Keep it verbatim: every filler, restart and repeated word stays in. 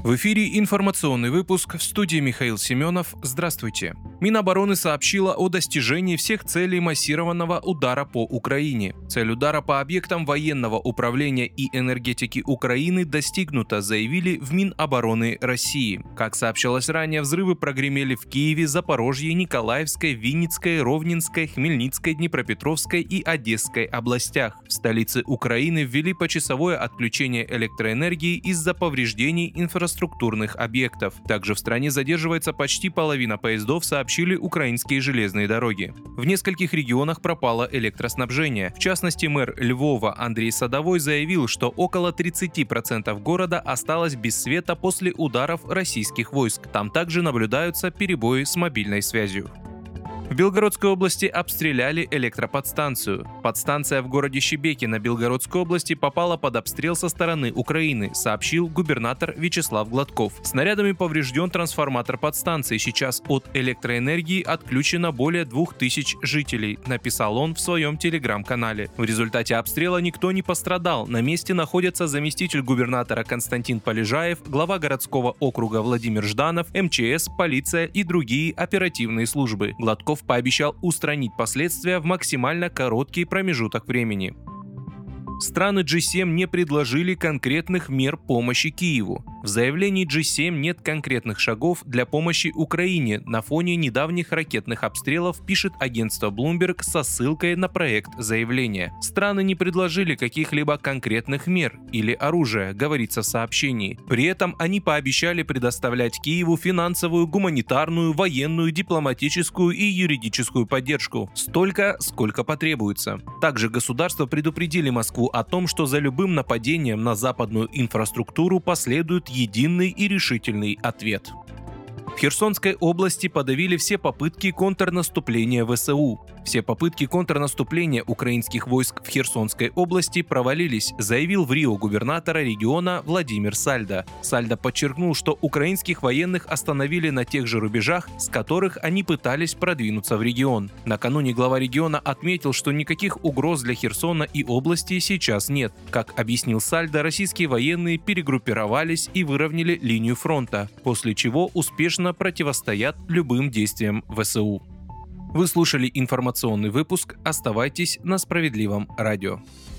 В эфире информационный выпуск, в студии Михаил Семенов. Здравствуйте. Минобороны сообщила о достижении всех целей массированного удара по Украине. Цель удара по объектам военного управления и энергетики Украины достигнута, заявили в Минобороны России. Как сообщалось ранее, взрывы прогремели в Киеве, Запорожье, Николаевской, Винницкой, Ровненской, Хмельницкой, Днепропетровской и Одесской областях. В столице Украины ввели почасовое отключение электроэнергии из-за повреждений инфраструктуры структурных объектов. Также в стране задерживается почти половина поездов, сообщили украинские железные дороги. В нескольких регионах пропало электроснабжение. В частности, мэр Львова Андрей Садовой заявил, что около тридцати процентов города осталось без света после ударов российских войск. Там также наблюдаются перебои с мобильной связью. В Белгородской области обстреляли электроподстанцию. Подстанция в городе Шебекино Белгородской области попала под обстрел со стороны Украины, сообщил губернатор Вячеслав Гладков. Снарядами поврежден трансформатор подстанции. Сейчас от электроэнергии отключено более двух тысяч жителей, написал он в своем телеграм-канале. В результате обстрела никто не пострадал. На месте находятся заместитель губернатора Константин Полежаев, глава городского округа Владимир Жданов, эм че эс, полиция и другие оперативные службы. Гладков пообещал устранить последствия в максимально короткий промежуток времени. Страны джи семь не предложили конкретных мер помощи Киеву. В заявлении джи семь нет конкретных шагов для помощи Украине на фоне недавних ракетных обстрелов, пишет агентство Bloomberg со ссылкой на проект заявления. Страны не предложили каких-либо конкретных мер или оружия, говорится в сообщении. При этом они пообещали предоставлять Киеву финансовую, гуманитарную, военную, дипломатическую и юридическую поддержку. Столько, сколько потребуется. Также государства предупредили Москву о том, что за любым нападением на западную инфраструктуру последует единый и решительный ответ. В Херсонской области подавили все попытки контрнаступления вэ эс у. Все попытки контрнаступления украинских войск в Херсонской области провалились, заявил в Рио губернатора региона Владимир Сальдо. Сальдо подчеркнул, что украинских военных остановили на тех же рубежах, с которых они пытались продвинуться в регион. Накануне глава региона отметил, что никаких угроз для Херсона и области сейчас нет. Как объяснил Сальдо, российские военные перегруппировались и выровняли линию фронта, после чего успешно противостоят любым действиям вэ эс у. Вы слушали информационный выпуск. Оставайтесь на Справедливом радио.